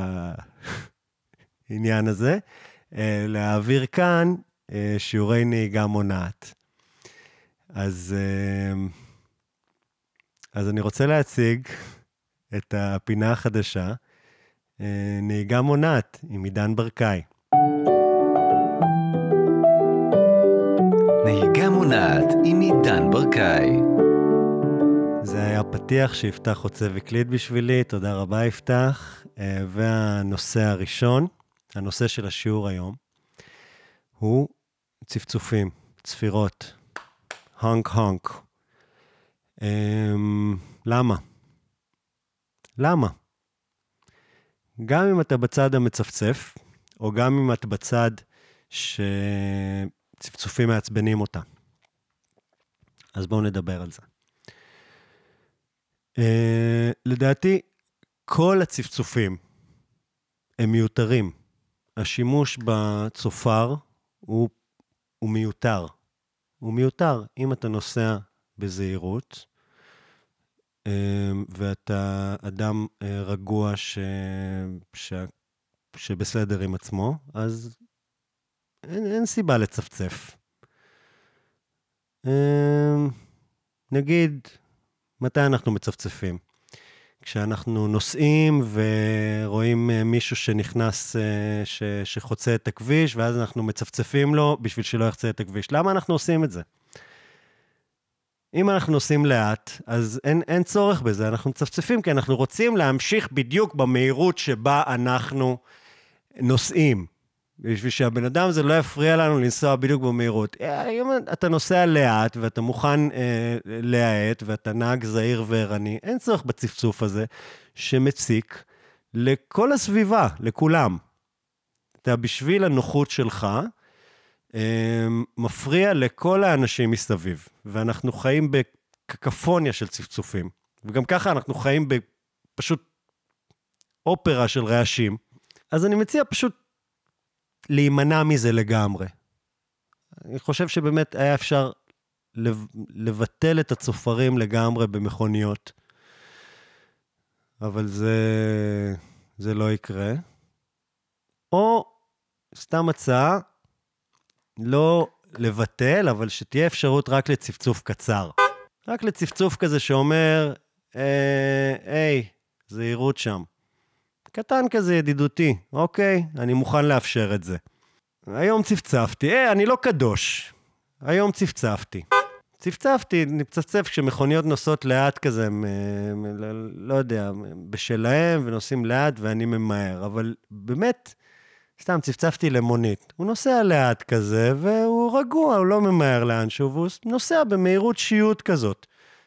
העניין הזה, להעביר כאן שיעורי נהיגה מונעת. אז אני רוצה להציג את הפינה החדשה, נהיגה מונעת עם עידן ברקאי. נהיגה מונעת עם עידן ברקאי. זה היה פתיח שיפתח חוצה וקליט בשבילי, תודה רבה יפתח. והנושא הראשון, הנושא של השיעור היום, הוא צפצופים, צפירות, הונק הונק. למה? למה? גם אם אתה בצד המצפצף, או גם אם אתה בצד שצפצופים מעצבנים אותה. אז בואו נדבר על זה. לדעתי, כל הצפצופים הם מיותרים. השימוש בצופר הוא מיותר. הוא מיותר אם אתה נוסע בזהירות, ואתה אדם רגוע שבסדר עם עצמו, אז אין סיבה לצפצף. נגיד, מתי אנחנו מצפצפים? כשאנחנו נוסעים ורואים מישהו שנכנס, שחוצה את הכביש, ואז אנחנו מצפצפים לו בשביל שלא יחצה את הכביש. למה אנחנו עושים את זה? אם אנחנו נוסעים לאט, אז אין צורך בזה, אנחנו מצפצפים, כי אנחנו רוצים להמשיך בדיוק במהירות שבה אנחנו נוסעים. בשביל שהבן אדם הזה לא יפריע לנו לנסוע בדיוק במהירות. אם אתה נוסע לאט, ואתה מוכן להאט, ואתה נהג זהיר וערני, אין צורך בצפצוף הזה, שמציק לכל הסביבה, לכולם. אתה בשביל הנוחות שלך, מפריע לכל האנשים מסביב, ואנחנו חיים בקקפוניה של צפצופים, וגם ככה אנחנו חיים בפשוט אופרה של רעשים, אז אני מציע פשוט להימנע מזה לגמרי. אני חושב שבאמת היה אפשר לבטל את הצופרים לגמרי במכוניות, אבל זה לא יקרה. או סתם הצעה, לא לבטל, אבל שתהיה אפשרות רק לצפצוף קצר. רק לצפצוף כזה שאומר, היי, זהירות שם. קטן כזה ידידותי, אוקיי, אני מוכן לאפשר את זה. היום צפצפתי, אני לא קדוש. היום צפצפתי. אני מצפצף כשמכוניות נוסעות לאט כזה, לא יודע, בשלהם ונוסעים לאט ואני ממהר, אבל באמת, סתם צפצפתי למונית. הוא נוסע לאט כזה, והוא רגוע, הוא לא ממהר לאנשהו, והוא נוסע במהירות שיעוט כזאת.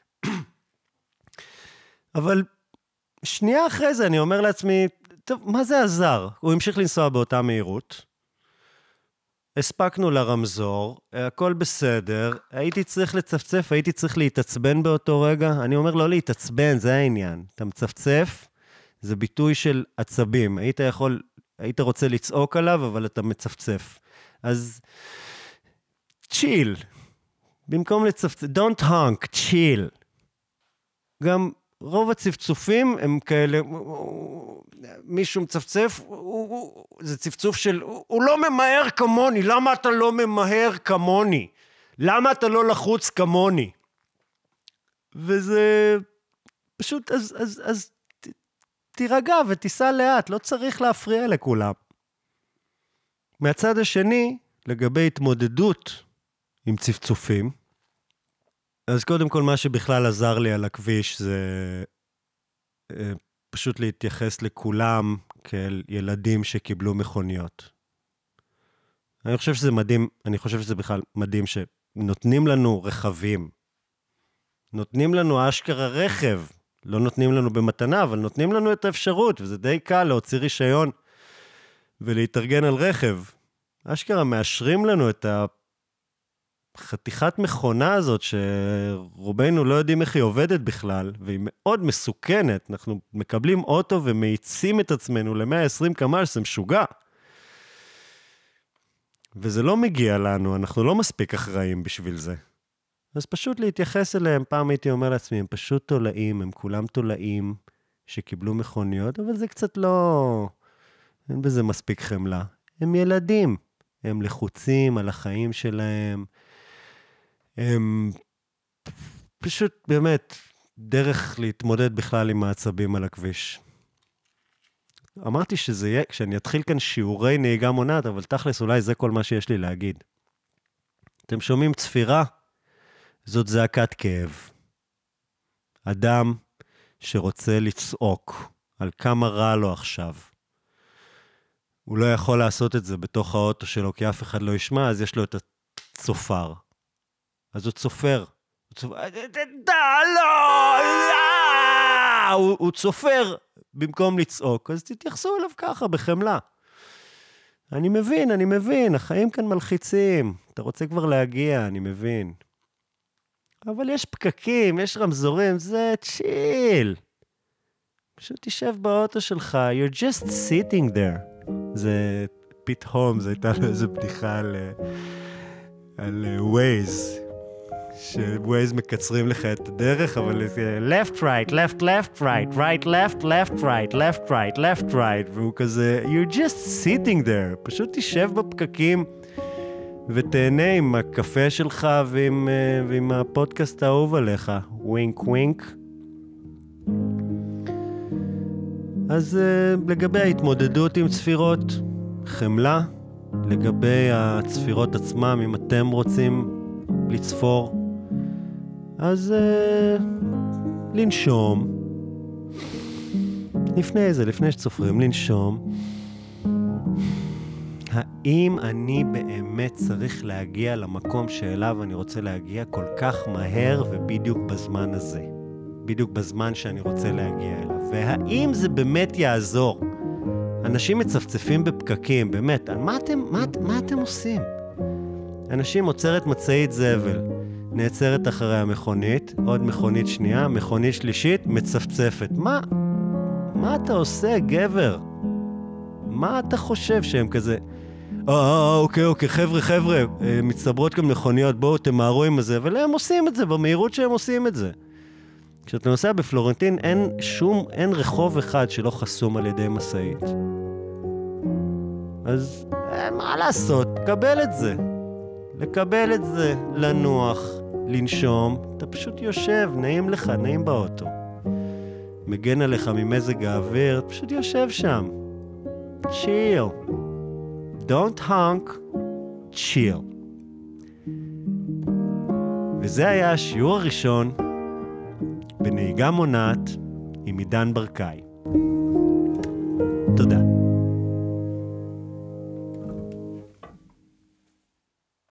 אבל שנייה אחרי זה אני אומר לעצמי, טוב, מה זה עזר? הוא המשיך לנסוע באותה מהירות. הספקנו לרמזור, הכל בסדר, הייתי צריך לצפצף, הייתי צריך להתעצבן באותו רגע. אני אומר לא להתעצבן, זה העניין. אתה מצפצף, זה ביטוי של עצבים. היית רוצה לצעוק עליו, אבל אתה מצפצף. אז chill. במקום לצפצף, don't honk, chill. גם רוב הצפצופים הם כאלה, מישהו מצפצף, זה צפצוף של, הוא לא ממהר כמוני, למה אתה לא ממהר כמוני? למה אתה לא לחוץ כמוני? וזה פשוט, אז תירגע ותיסע לאט, לא צריך להפריע לכולם. מהצד השני, לגבי התמודדות עם צפצופים, אז קודם כל מה שבכלל עזר לי על הכביש זה פשוט להתייחס לכולם כאל ילדים שקיבלו מכוניות. אני חושב שזה מדהים, אני חושב שזה בכלל מדהים שנותנים לנו רכבים, נותנים לנו אשכרה רכב, לא נותנים לנו במתנה, אבל נותנים לנו את האפשרות, וזה די קל להוציא רישיון ולהתארגן על רכב. אשכרה מאשרים לנו את החתיכת מכונה הזאת, שרובנו לא יודעים איך היא עובדת בכלל, והיא מאוד מסוכנת. אנחנו מקבלים אוטו ומאיצים את עצמנו ל-120 קמ"ש, זה משוגע. וזה לא מגיע לנו, אנחנו לא מספיק אחראים בשביל זה. אז פשוט להתייחס אליהם, פעם הייתי אומר לעצמי, הם פשוט תולעים, הם כולם תולעים שקיבלו מכוניות, אבל זה קצת לא, אין בזה מספיק חמלה. הם ילדים, הם לחוצים על החיים שלהם, הם פשוט באמת דרך להתמודד בכלל עם העצבים על הכביש. אמרתי שזה יהיה, כשאני אתחיל כאן שיעורי נהיגה מונעת, אבל תכלס אולי זה כל מה שיש לי להגיד. אתם שומעים צפירה? זאת זעקת כאב. אדם שרוצה לצעוק על כמה רע לו עכשיו. הוא לא יכול לעשות את זה בתוך האוטו שלו, כי אף אחד לא ישמע, אז יש לו את הצופר. אז הוא צופר. הוא צופר במקום לצעוק, אז תתייחסו אליו ככה, בחמלה. אני מבין, החיים כאן מלחיצים. אתה רוצה כבר להגיע, אני מבין. אבל יש פקקים, יש רמזורים, זה צ'יל. פשוט תשב באוטו שלך, you're just sitting there. זה פיט הומס, הייתה לו איזו בדיחה על Waze, שווייז מקצרים לך את הדרך, אבל זה left, right, left, left, right, right, left, left, right, left, right, left, right, והוא כזה, you're just sitting there. פשוט תשב בפקקים, ותהנה עם הקפה שלך ועם הפודקאסט האהוב עליך. ווינק ווינק. אז לגבי ההתמודדות עם צפירות, חמלה. לגבי הצפירות עצמם, אם אתם רוצים לצפור, אז לנשום. לפני שצופרים, לנשום. האם אני באמת צריך להגיע למקום שאליו אני רוצה להגיע כל כך מהר ובדיוק בזמן הזה? בדיוק בזמן שאני רוצה להגיע אליו. והאם זה באמת יעזור? אנשים מצפצפים בפקקים, באמת, על מה אתם עושים? אנשים עוצרת מצאית זבל, נעצרת אחרי המכונית, עוד מכונית שנייה, מכונית שלישית, מצפצפת. מה אתה עושה, גבר? מה אתה חושב שהם כזה? אוקיי, חבר'ה, מצטברות גם מכוניות, בואו תמהרו עם זה, אבל הם עושים את זה במהירות שהם עושים את זה. כשאתה נוסע בפלורנטין, אין רחוב אחד שלא חסום על ידי מסעית. אז מה לעשות? לקבל את זה, לנוח, לנשום, אתה פשוט יושב, נעים לך, נעים באוטו. מגן עליך ממזג האוויר, אתה פשוט יושב שם. chill. Don't honk, chill. וזה היה השיעור הראשון בנהיגה מונעת עם עידן ברקאי. תודה.